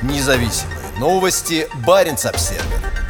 Независимые новости. Баренц-Обсервер.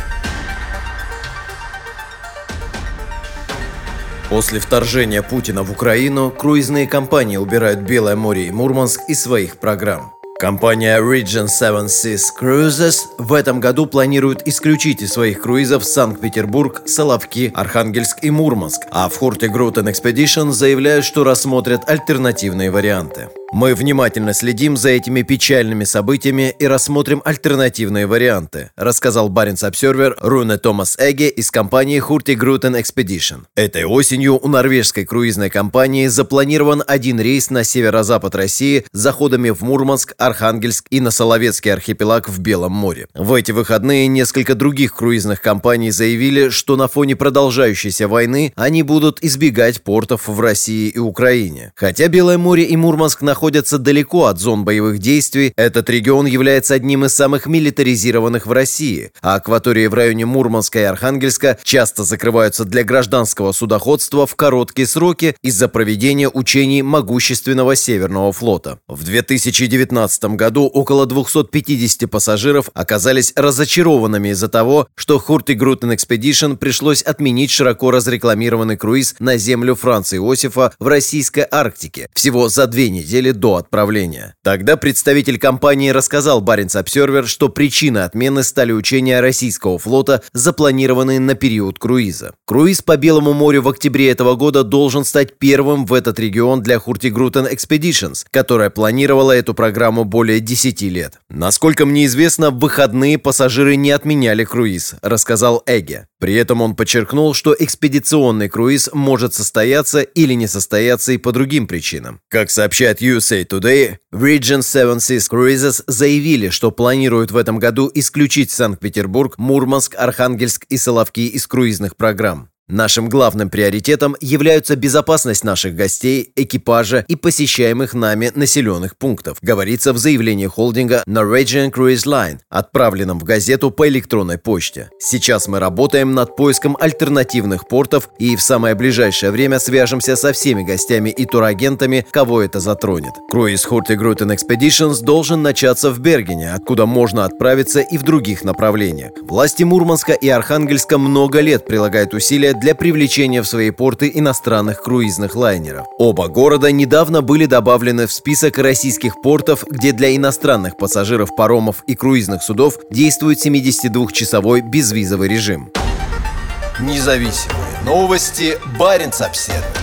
После вторжения Путина в Украину круизные компании убирают Белое море и Мурманск из своих программ. Компания Regent Seven Seas Cruises в этом году планирует исключить из своих круизов Санкт-Петербург, Соловки, Архангельск и Мурманск, а в Hurtigruten Expedition заявляют, что рассмотрят альтернативные варианты. Мы внимательно следим за этими печальными событиями и рассмотрим альтернативные варианты, рассказал Баренц-Обсервер Руне Томас Эге из компании Hurtigruten Expedition. Этой осенью у норвежской круизной компании запланирован один рейс на северо-запад России с заходами в Мурманск, Архангельск и на Соловецкий архипелаг в Белом море. В эти выходные несколько других круизных компаний заявили, что на фоне продолжающейся войны они будут избегать портов в России и Украине. Хотя Белое море и Мурманск находятся далеко от зон боевых действий, этот регион является одним из самых милитаризированных в России, а акватории в районе Мурманска и Архангельска часто закрываются для гражданского судоходства в короткие сроки из-за проведения учений могущественного Северного флота. В 2019 году около 250 пассажиров оказались разочарованными из-за того, что Hurtigruten Expedition пришлось отменить широко разрекламированный круиз на землю Франца Иосифа в российской Арктике всего за 2 недели до отправления. Тогда представитель компании рассказал Баренц-Обсервер, что причиной отмены стали учения российского флота, запланированные на период круиза. Круиз по Белому морю в октябре этого года должен стать первым в этот регион для Hurtigruten Expeditions, которая планировала эту программу более 10 лет. Насколько мне известно, в выходные пассажиры не отменяли круиз, рассказал Эге. При этом он подчеркнул, что экспедиционный круиз может состояться или не состояться и по другим причинам. Как сообщает USA Today, Regent Seven Seas Cruises заявили, что планируют в этом году исключить Санкт-Петербург, Мурманск, Архангельск и Соловки из круизных программ. Нашим главным приоритетом являются безопасность наших гостей, экипажа и посещаемых нами населенных пунктов, говорится в заявлении холдинга Norwegian Cruise Line, отправленном в газету по электронной почте. Сейчас мы работаем над поиском альтернативных портов и в самое ближайшее время свяжемся со всеми гостями и турагентами, кого это затронет. Круиз Hurtigruten Expeditions должен начаться в Бергене, откуда можно отправиться и в других направлениях. Власти Мурманска и Архангельска много лет прилагают усилия для привлечения в свои порты иностранных круизных лайнеров. Оба города недавно были добавлены в список российских портов, где для иностранных пассажиров паромов и круизных судов действует 72-часовой безвизовый режим. Независимые новости. Баренц-Обсервер.